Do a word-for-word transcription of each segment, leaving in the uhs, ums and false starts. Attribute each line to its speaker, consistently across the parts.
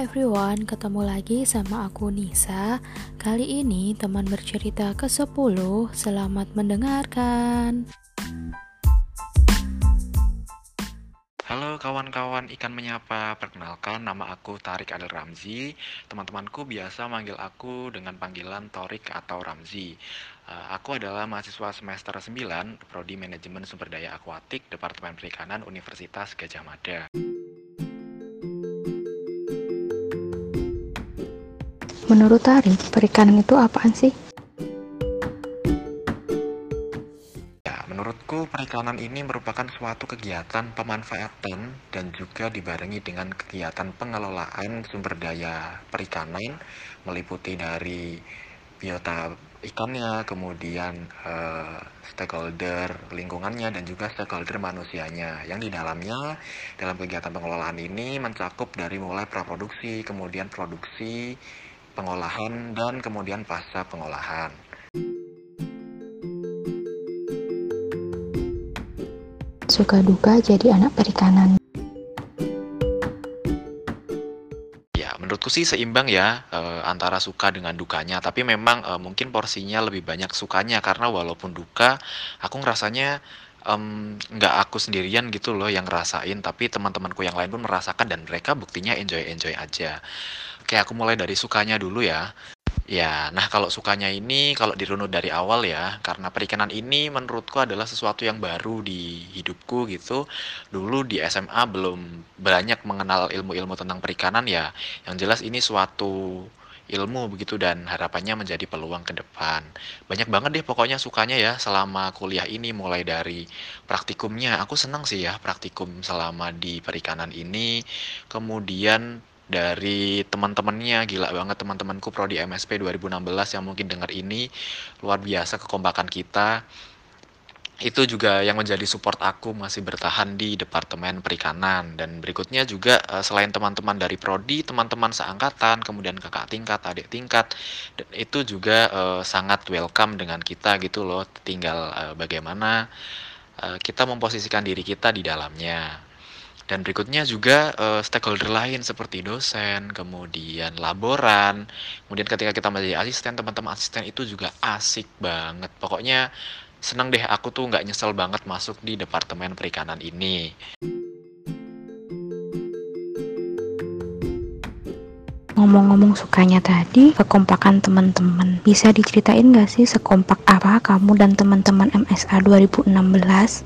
Speaker 1: everyone, ketemu lagi sama aku Nisa. Kali ini teman bercerita kesepuluh. Selamat mendengarkan.
Speaker 2: Halo kawan-kawan ikan menyapa, perkenalkan nama aku Tarik Adel Ramzi. Teman-temanku biasa manggil aku dengan panggilan Torik atau Ramzi. Uh, aku adalah mahasiswa semester sembilan, Prodi Manajemen Sumber Daya Akuatik, Departemen Perikanan Universitas Gadjah Mada.
Speaker 3: Menurut Tarik, perikanan itu apaan sih?
Speaker 2: Ya, menurutku perikanan ini merupakan suatu kegiatan pemanfaatan dan juga dibarengi dengan kegiatan pengelolaan sumber daya perikanan, meliputi dari biota ikannya, kemudian eh, stakeholder lingkungannya dan juga stakeholder manusianya. Yang di dalamnya dalam kegiatan pengelolaan ini mencakup dari mulai praproduksi, kemudian produksi, pengolahan dan kemudian pasca pengolahan.
Speaker 3: Suka duka jadi anak perikanan.
Speaker 2: Ya, menurutku sih seimbang ya eh, antara suka dengan dukanya. Tapi memang eh, mungkin porsinya lebih banyak sukanya karena walaupun duka, aku ngerasanya em, nggak aku sendirian gitu loh yang ngerasain, tapi teman-temanku yang lain pun merasakan dan mereka buktinya enjoy-enjoy aja. Oke, aku mulai dari sukanya dulu ya. Ya, nah kalau sukanya ini kalau dirunut dari awal ya, karena perikanan ini menurutku adalah sesuatu yang baru di hidupku gitu. Dulu di S M A belum banyak mengenal ilmu-ilmu tentang perikanan ya. Yang jelas ini suatu ilmu begitu dan harapannya menjadi peluang ke depan. Banyak banget deh pokoknya sukanya ya selama kuliah ini mulai dari praktikumnya. Aku senang sih ya praktikum selama di perikanan ini. Kemudian dari teman-temannya, gila banget teman-temanku prodi M S P dua ribu enam belas yang mungkin dengar ini, luar biasa kekompakan kita. Itu juga yang menjadi support aku masih bertahan di Departemen Perikanan. Dan berikutnya juga eh, selain teman-teman dari prodi, teman-teman seangkatan, kemudian kakak tingkat, adik tingkat, dan itu juga eh, sangat welcome dengan kita gitu loh. Tinggal eh, bagaimana eh, kita memposisikan diri kita di dalamnya. Dan berikutnya juga eh, stakeholder lain seperti dosen, kemudian laboran, kemudian ketika kita menjadi asisten, teman-teman asisten itu juga asik banget. Pokoknya seneng deh, aku tuh nggak nyesel banget masuk di Departemen Perikanan ini.
Speaker 3: Ngomong-ngomong sukanya tadi, kekompakan teman-teman. Bisa diceritain gak sih sekompak apa kamu dan teman-teman M S A dua ribu enam belas?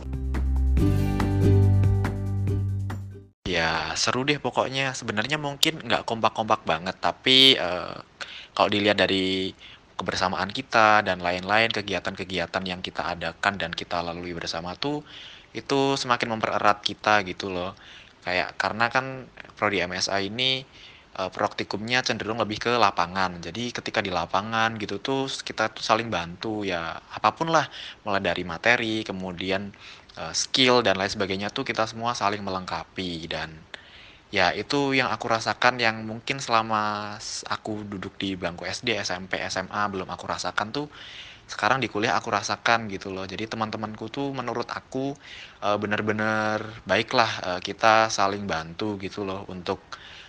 Speaker 2: Ya seru deh pokoknya. Sebenarnya mungkin nggak kompak-kompak banget, tapi eh, kalau dilihat dari kebersamaan kita dan lain-lain kegiatan-kegiatan yang kita adakan dan kita lalui bersama tuh itu semakin mempererat kita gitu loh. Kayak karena kan prodi M S A ini eh, praktikumnya cenderung lebih ke lapangan. Jadi ketika di lapangan gitu tuh kita tuh saling bantu ya apapun lah, mulai dari materi, kemudian eh, skill dan lain sebagainya tuh kita semua saling melengkapi dan ya itu yang aku rasakan yang mungkin selama s- aku duduk di bangku S D, S M P, S M A belum aku rasakan tuh sekarang di kuliah aku rasakan gitu loh. Jadi teman-temanku tuh menurut aku eh, benar-benar baiklah eh, kita saling bantu gitu loh untuk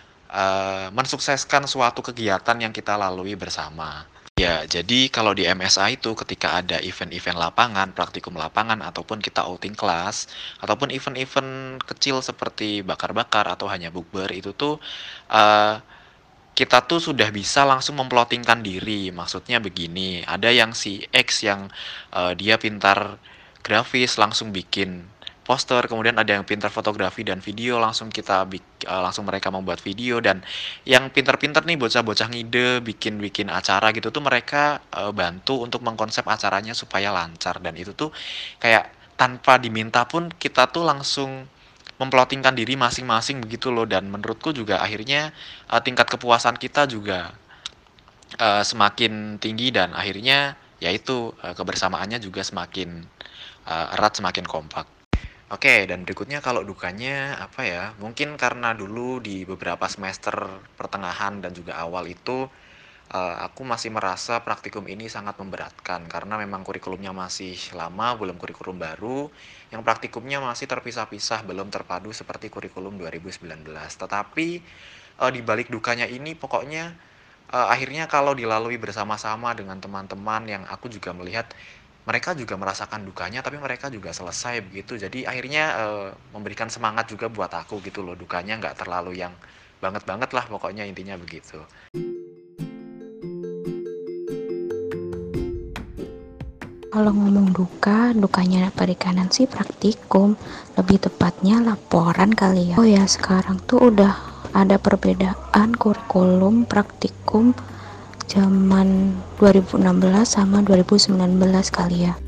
Speaker 2: eh, mensukseskan suatu kegiatan yang kita lalui bersama. Ya, jadi kalau di M S A itu ketika ada event-event lapangan, praktikum lapangan, ataupun kita outing kelas, ataupun event-event kecil seperti bakar-bakar atau hanya bukber, itu tuh eh, kita tuh sudah bisa langsung memplotingkan diri. Maksudnya begini, ada yang si X yang eh, dia pintar grafis langsung bikin poster, kemudian ada yang pintar fotografi dan video langsung kita bik- eh, langsung mereka membuat video dan yang pintar-pintar nih bocah-bocah ngide bikin-bikin acara gitu tuh mereka eh, bantu untuk mengkonsep acaranya supaya lancar dan itu tuh kayak tanpa diminta pun kita tuh langsung memplotingkan diri masing-masing begitu loh dan menurutku juga akhirnya eh, tingkat kepuasan kita juga eh, semakin tinggi dan akhirnya yaitu eh, kebersamaannya juga semakin eh, erat, semakin kompak. Oke, dan berikutnya kalau dukanya apa ya? Mungkin karena dulu di beberapa semester pertengahan dan juga awal itu eh, aku masih merasa praktikum ini sangat memberatkan karena memang kurikulumnya masih lama, belum kurikulum baru, yang praktikumnya masih terpisah-pisah, belum terpadu seperti kurikulum dua ribu sembilan belas. Tetapi uh, di balik dukanya ini pokoknya uh, akhirnya kalau dilalui bersama-sama dengan teman-teman yang aku juga melihat mereka juga merasakan dukanya tapi mereka juga selesai begitu. Jadi akhirnya uh, memberikan semangat juga buat aku gitu loh, dukanya nggak terlalu yang banget-banget lah pokoknya intinya begitu.
Speaker 3: Kalau ngomong duka, dukanya perikanan sih praktikum, lebih tepatnya laporan kali ya. Oh ya, sekarang tuh udah ada perbedaan kurikulum praktikum zaman dua ribu enam belas sama dua ribu sembilan belas kali ya.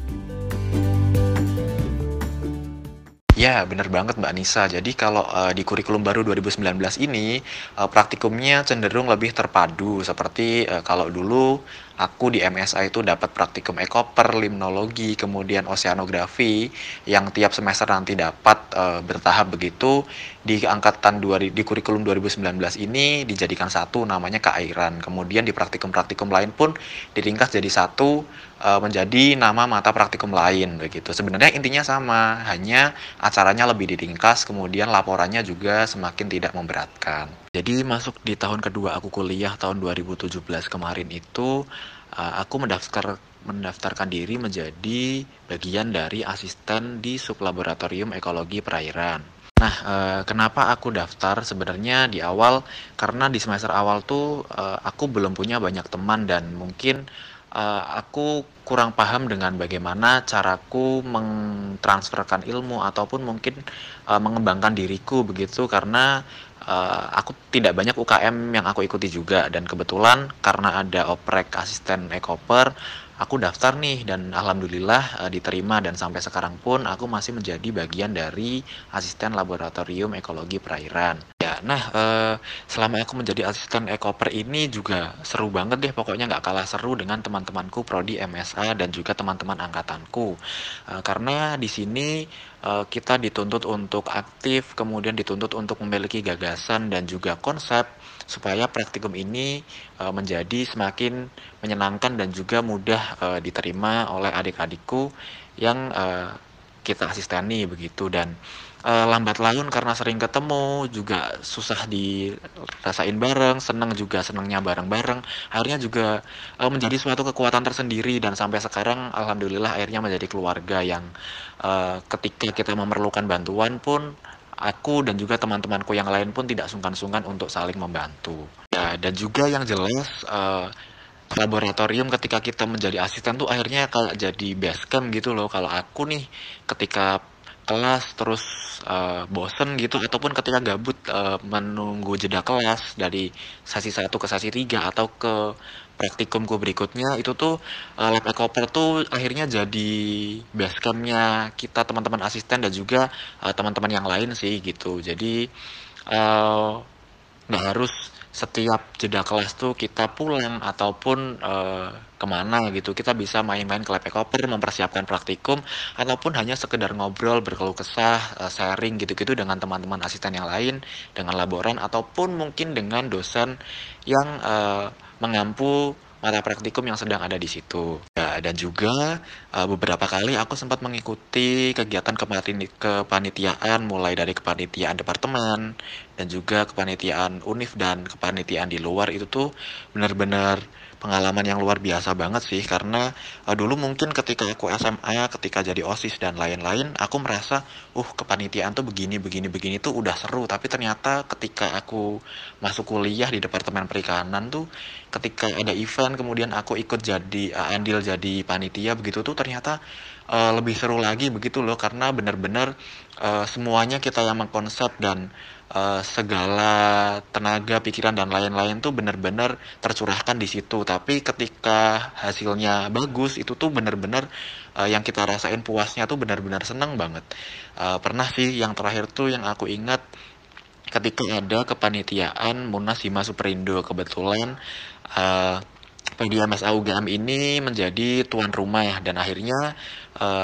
Speaker 2: Ya, benar banget Mbak Nisa. Jadi kalau uh, di kurikulum baru dua ribu sembilan belas ini, uh, praktikumnya cenderung lebih terpadu. Seperti uh, kalau dulu aku di M S A itu dapat praktikum ekoper, limnologi, kemudian oceanografi, yang tiap semester nanti dapat uh, bertahap begitu. Di angkatan dua, di kurikulum dua ribu sembilan belas ini dijadikan satu, namanya keairan. Kemudian di praktikum-praktikum lain pun diringkas jadi satu, uh, menjadi nama mata praktikum lain begitu. Sebenarnya intinya sama, hanya acaranya lebih diringkas, kemudian laporannya juga semakin tidak memberatkan. Jadi masuk di tahun kedua aku kuliah tahun dua ribu tujuh belas kemarin itu, uh, aku mendaftar mendaftarkan diri menjadi bagian dari asisten di sublaboratorium ekologi perairan. Nah, uh, kenapa aku daftar sebenarnya di awal? Karena di semester awal tuh uh, aku belum punya banyak teman dan mungkin uh, aku kurang paham dengan bagaimana caraku mentransferkan ilmu ataupun mungkin uh, mengembangkan diriku begitu, karena uh, aku tidak banyak U K M yang aku ikuti juga, dan kebetulan karena ada oprek asisten ekoper aku daftar nih dan alhamdulillah uh, diterima, dan sampai sekarang pun aku masih menjadi bagian dari asisten laboratorium ekologi perairan. Ya, nah uh, selama aku menjadi asisten ekoper ini juga seru banget deh, pokoknya nggak kalah seru dengan teman-temanku prodi M S A dan juga teman-teman angkatanku. Uh, karena di sini uh, kita dituntut untuk aktif, kemudian dituntut untuk memiliki gagasan dan juga konsep supaya praktikum ini uh, menjadi semakin menyenangkan dan juga mudah uh, diterima oleh adik-adikku yang uh, kita asisteni begitu. Dan uh, lambat laun karena sering ketemu juga susah dirasain bareng, seneng juga senengnya bareng-bareng, akhirnya juga uh, menjadi suatu kekuatan tersendiri, dan sampai sekarang alhamdulillah akhirnya menjadi keluarga yang uh, ketika kita memerlukan bantuan pun aku dan juga teman-temanku yang lain pun tidak sungkan-sungkan untuk saling membantu. Ya, dan juga yang jelas uh, laboratorium ketika kita menjadi asisten tuh akhirnya kayak jadi base camp gitu loh. Kalau aku nih ketika kelas terus uh, bosen gitu, ataupun ketika gabut uh, menunggu jeda kelas dari sesi satu ke sesi tiga atau ke praktikumku berikutnya, itu tuh uh, lab ekoper tuh akhirnya jadi base campnya kita teman-teman asisten dan juga uh, teman-teman yang lain sih gitu. Jadi uh, nggak harus setiap jeda kelas tuh kita pulang ataupun uh, kemana gitu. Kita bisa main-main ke lab ekoper, mempersiapkan praktikum, ataupun hanya sekedar ngobrol, berkeluh kesah, uh, sharing gitu-gitu dengan teman-teman asisten yang lain, dengan laboran, ataupun mungkin dengan dosen yang uh, mengampu mata praktikum yang sedang ada di situ. Ya, dan juga uh, beberapa kali aku sempat mengikuti kegiatan kepani- kepanitiaan, mulai dari kepanitiaan departemen dan juga kepanitiaan univ dan kepanitiaan di luar. Itu tuh benar-benar pengalaman yang luar biasa banget sih, karena uh, dulu mungkin ketika aku S M A, ketika jadi OSIS dan lain-lain, aku merasa uh kepanitiaan tuh begini begini begini tuh udah seru, tapi ternyata ketika aku masuk kuliah di Departemen Perikanan tuh, ketika ada event kemudian aku ikut jadi uh, andil jadi panitia begitu tuh ternyata uh, lebih seru lagi begitu loh, karena benar-benar uh, semuanya kita yang mengkonsep, dan uh, segala tenaga, pikiran dan lain-lain tuh benar-benar tercurahkan di situ. Tapi ketika hasilnya bagus itu tuh benar-benar uh, yang kita rasain puasnya tuh benar-benar seneng banget. Uh, pernah sih yang terakhir tuh yang aku ingat ketika ada kepanitiaan Munas Hima Superindo. Kebetulan uh, P D M S A U G M ini menjadi tuan rumah, dan akhirnya uh,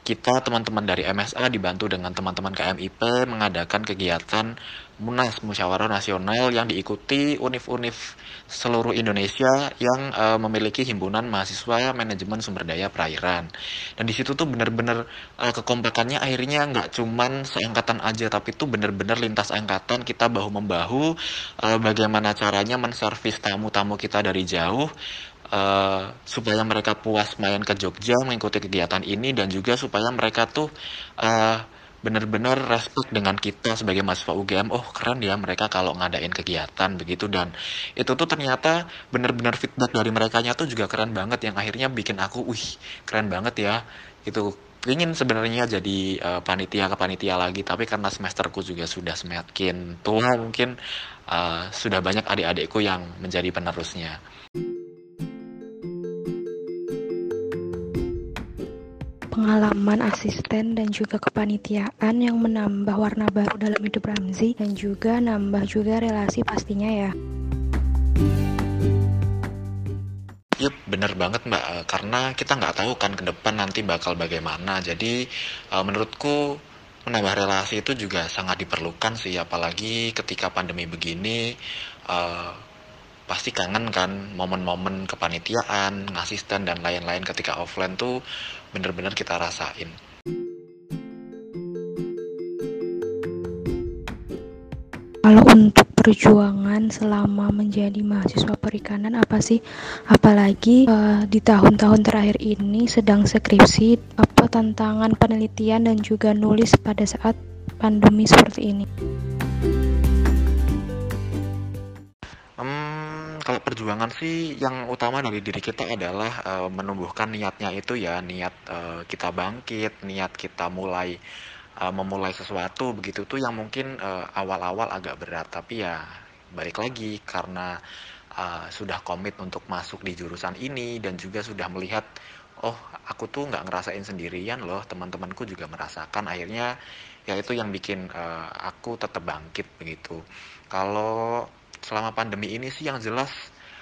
Speaker 2: kita teman-teman dari M S A dibantu dengan teman-teman K M I P mengadakan kegiatan Munas Musyawarah Nasional yang diikuti univ-univ seluruh Indonesia yang uh, memiliki himpunan mahasiswa manajemen sumber daya perairan. Dan di situ tuh benar-benar uh, kekompakannya akhirnya nggak cuman seangkatan aja, tapi tuh benar-benar lintas angkatan kita bahu-membahu uh, bagaimana caranya menservis tamu-tamu kita dari jauh, Uh, supaya mereka puas main ke Jogja mengikuti kegiatan ini, dan juga supaya mereka tuh uh, benar-benar respect dengan kita sebagai mahasiswa U G M. Oh keren ya mereka kalau ngadain kegiatan begitu, dan itu tuh ternyata benar-benar feedback dari merekanya tuh juga keren banget, yang akhirnya bikin aku wih keren banget ya gitu. Ingin sebenarnya jadi uh, panitia ke panitia lagi, tapi karena semesterku juga sudah semakin tua mungkin uh, sudah banyak adik-adikku yang menjadi penerusnya.
Speaker 3: Pengalaman asisten dan juga kepanitiaan yang menambah warna baru dalam hidup Ramzi, dan juga nambah juga relasi pastinya ya.
Speaker 2: Yup, bener banget Mbak, karena kita nggak tahu kan ke depan nanti bakal bagaimana. Jadi menurutku menambah relasi itu juga sangat diperlukan sih, apalagi ketika pandemi begini. uh, Pasti kangen kan momen-momen kepanitiaan, ngasisten, dan lain-lain ketika offline tuh bener-bener kita rasain.
Speaker 3: Kalau untuk perjuangan selama menjadi mahasiswa perikanan apa sih? Apalagi uh, di tahun-tahun terakhir ini sedang skripsi, apa tantangan penelitian dan juga nulis pada saat pandemi seperti ini.
Speaker 2: Kalau perjuangan sih yang utama dari diri kita adalah uh, menumbuhkan niatnya itu ya, niat uh, kita bangkit, niat kita mulai uh, memulai sesuatu begitu tuh yang mungkin uh, awal-awal agak berat, tapi ya balik lagi karena uh, sudah komit untuk masuk di jurusan ini dan juga sudah melihat oh aku tuh nggak ngerasain sendirian loh, teman-temanku juga merasakan, akhirnya ya itu yang bikin uh, aku tetap bangkit begitu. Kalau selama pandemi ini sih yang jelas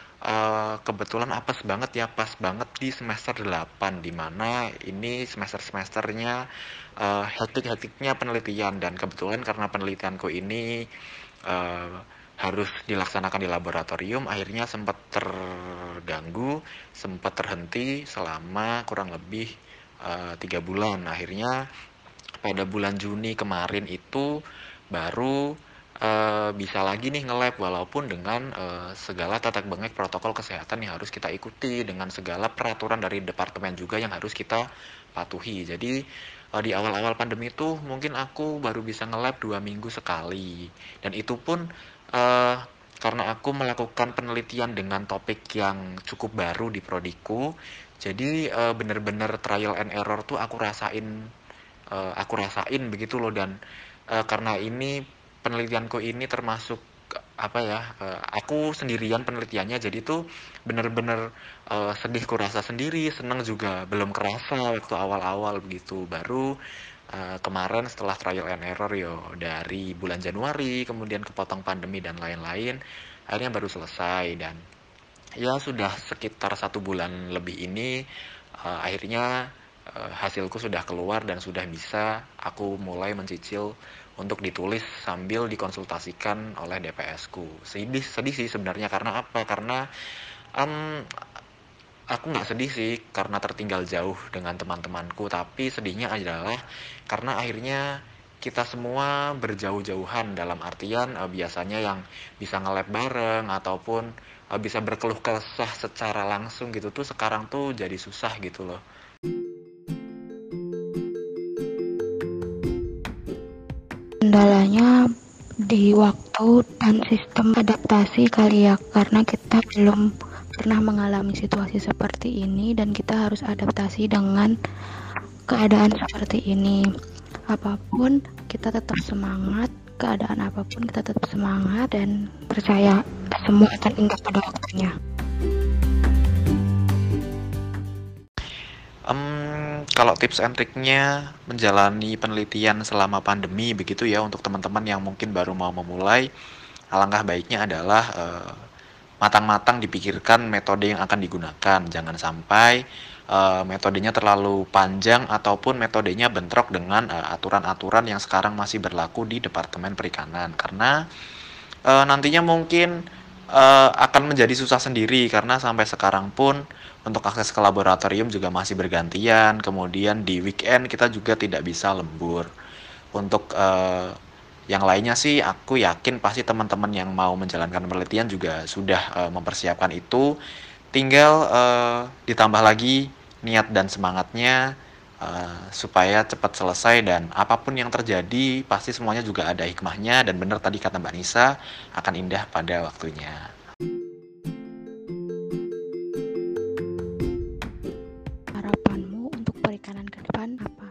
Speaker 2: uh, kebetulan apes banget ya, pas banget di semester delapan, dimana ini semester-semesternya uh, hektik-hektiknya penelitian, dan kebetulan karena penelitianku ini uh, harus dilaksanakan di laboratorium, akhirnya sempat terganggu, sempat terhenti selama kurang lebih uh, tiga bulan. Akhirnya pada bulan Juni kemarin itu baru uh, bisa lagi nih nge-lab, walaupun dengan uh, segala tatak bengek protokol kesehatan yang harus kita ikuti, dengan segala peraturan dari departemen juga yang harus kita patuhi. Jadi uh, di awal-awal pandemi itu mungkin aku baru bisa nge-lab dua minggu sekali, dan itu pun uh, karena aku melakukan penelitian dengan topik yang cukup baru di prodiku. Jadi uh, bener-bener trial and error tuh aku rasain uh, aku rasain begitu loh, dan uh, karena ini penelitianku ini termasuk apa ya, uh, aku sendirian penelitiannya, jadi tuh bener-bener uh, sedih ku rasa sendiri, seneng juga belum kerasa waktu awal-awal begitu. Baru uh, kemarin setelah trial and error yo dari bulan Januari, kemudian kepotong pandemi dan lain-lain, akhirnya baru selesai, dan ya sudah sekitar satu bulan lebih ini uh, akhirnya uh, hasilku sudah keluar dan sudah bisa aku mulai mencicil untuk ditulis sambil dikonsultasikan oleh D P S-ku. Sedih, sedih sih sebenarnya, karena apa? Karena um, aku nggak sedih sih karena tertinggal jauh dengan teman-temanku, tapi sedihnya adalah karena akhirnya kita semua berjauh-jauhan, dalam artian uh, biasanya yang bisa nge-lab bareng ataupun uh, bisa berkeluh kesah secara langsung gitu tuh sekarang tuh jadi susah gitu loh.
Speaker 3: Kendalanya di waktu dan sistem adaptasi kali ya, karena kita belum pernah mengalami situasi seperti ini dan kita harus adaptasi dengan keadaan seperti ini. Apapun kita tetap semangat, keadaan apapun kita tetap semangat dan percaya semua akan indah pada waktunya.
Speaker 2: Um, kalau tips and triknya menjalani penelitian selama pandemi begitu ya, untuk teman-teman yang mungkin baru mau memulai, alangkah baiknya adalah uh, matang-matang dipikirkan metode yang akan digunakan. Jangan sampai uh, metodenya terlalu panjang ataupun metodenya bentrok dengan uh, aturan-aturan yang sekarang masih berlaku di Departemen Perikanan, karena uh, nantinya mungkin uh, akan menjadi susah sendiri karena sampai sekarang pun untuk akses ke laboratorium juga masih bergantian, kemudian di weekend kita juga tidak bisa lembur. Untuk uh, yang lainnya sih aku yakin pasti teman-teman yang mau menjalankan penelitian juga sudah uh, mempersiapkan itu, tinggal uh, ditambah lagi niat dan semangatnya uh, supaya cepat selesai, dan apapun yang terjadi pasti semuanya juga ada hikmahnya, dan benar tadi kata Mbak Nisa, akan indah pada waktunya.
Speaker 3: Harapanmu untuk perikanan ke depan apa?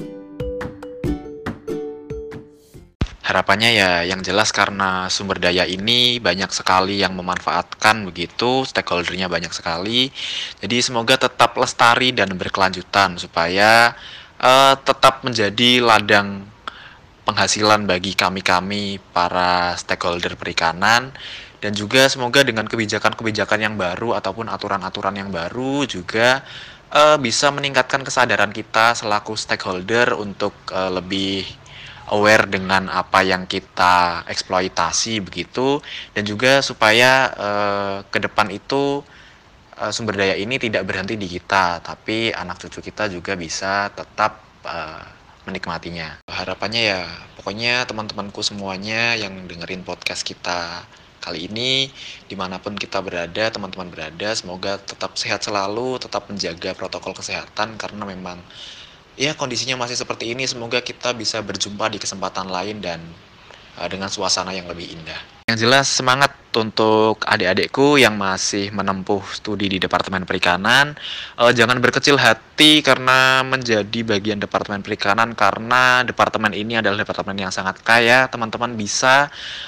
Speaker 2: Harapannya ya yang jelas karena sumber daya ini banyak sekali yang memanfaatkan begitu, stakeholdernya banyak sekali. Jadi semoga tetap lestari dan berkelanjutan supaya uh, tetap menjadi ladang penghasilan bagi kami-kami para stakeholder perikanan, dan juga semoga dengan kebijakan-kebijakan yang baru ataupun aturan-aturan yang baru juga uh, bisa meningkatkan kesadaran kita selaku stakeholder untuk uh, lebih aware dengan apa yang kita eksploitasi begitu, dan juga supaya uh, ke depan itu uh, sumber daya ini tidak berhenti di kita, tapi anak cucu kita juga bisa tetap uh, menikmatinya. Harapannya ya pokoknya teman-temanku semuanya yang dengerin podcast kita kali ini, dimanapun kita berada, teman-teman berada, semoga tetap sehat selalu, tetap menjaga protokol kesehatan, karena memang ya kondisinya masih seperti ini. Semoga kita bisa berjumpa di kesempatan lain dan uh, dengan suasana yang lebih indah. Yang jelas semangat untuk adik-adikku yang masih menempuh studi di Departemen Perikanan. Uh, jangan berkecil hati karena menjadi bagian Departemen Perikanan, karena departemen ini adalah departemen yang sangat kaya. Teman-teman bisa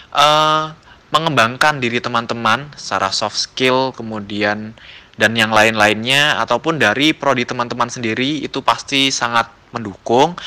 Speaker 2: uh, mengembangkan diri teman-teman secara soft skill, kemudian dan yang lain-lainnya, ataupun dari prodi teman-teman sendiri itu pasti sangat mendukung.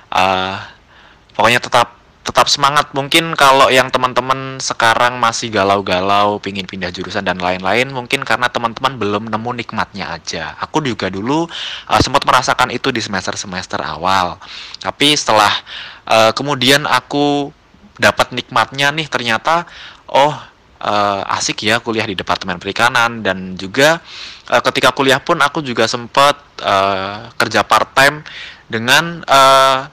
Speaker 2: Uh, pokoknya tetap tetap semangat. Mungkin kalau yang teman-teman sekarang masih galau-galau, pingin pindah jurusan dan lain-lain, mungkin karena teman-teman belum nemu nikmatnya aja. Aku juga dulu uh, sempat merasakan itu di semester-semester awal. Tapi setelah uh, kemudian aku dapat nikmatnya nih, ternyata oh Uh, asik ya kuliah di Departemen Perikanan. Dan juga uh, ketika kuliah pun aku juga sempat uh, kerja part time dengan uh,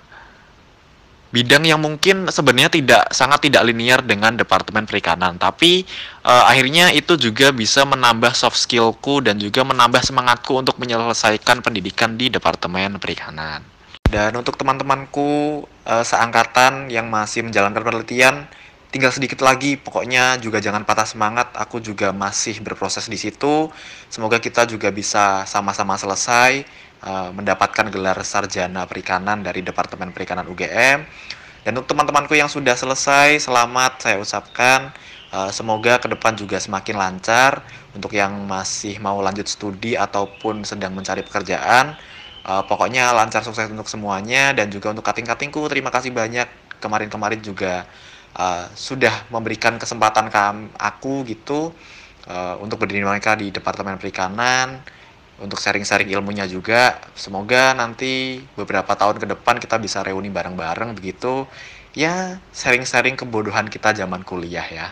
Speaker 2: bidang yang mungkin sebenarnya tidak sangat tidak linear dengan Departemen Perikanan, tapi uh, akhirnya itu juga bisa menambah soft skillku dan juga menambah semangatku untuk menyelesaikan pendidikan di Departemen Perikanan. Dan untuk teman-temanku uh, seangkatan yang masih menjalankan penelitian, tinggal sedikit lagi, pokoknya juga jangan patah semangat. Aku juga masih berproses di situ. Semoga kita juga bisa sama-sama selesai uh, mendapatkan gelar sarjana perikanan dari Departemen Perikanan U G M. Dan untuk teman-temanku yang sudah selesai, selamat saya ucapkan. Uh, semoga ke depan juga semakin lancar. Untuk yang masih mau lanjut studi ataupun sedang mencari pekerjaan, uh, pokoknya lancar, sukses untuk semuanya. Dan juga untuk kating-katingku, terima kasih banyak kemarin-kemarin juga Uh, sudah memberikan kesempatan ke aku gitu uh, untuk berdinamika di Departemen Perikanan, untuk sharing-sharing ilmunya juga. Semoga nanti beberapa tahun ke depan kita bisa reuni bareng-bareng begitu ya, sharing-sharing kebodohan kita zaman kuliah ya.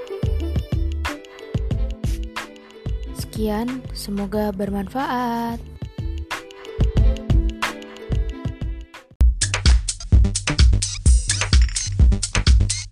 Speaker 1: Sekian, semoga bermanfaat.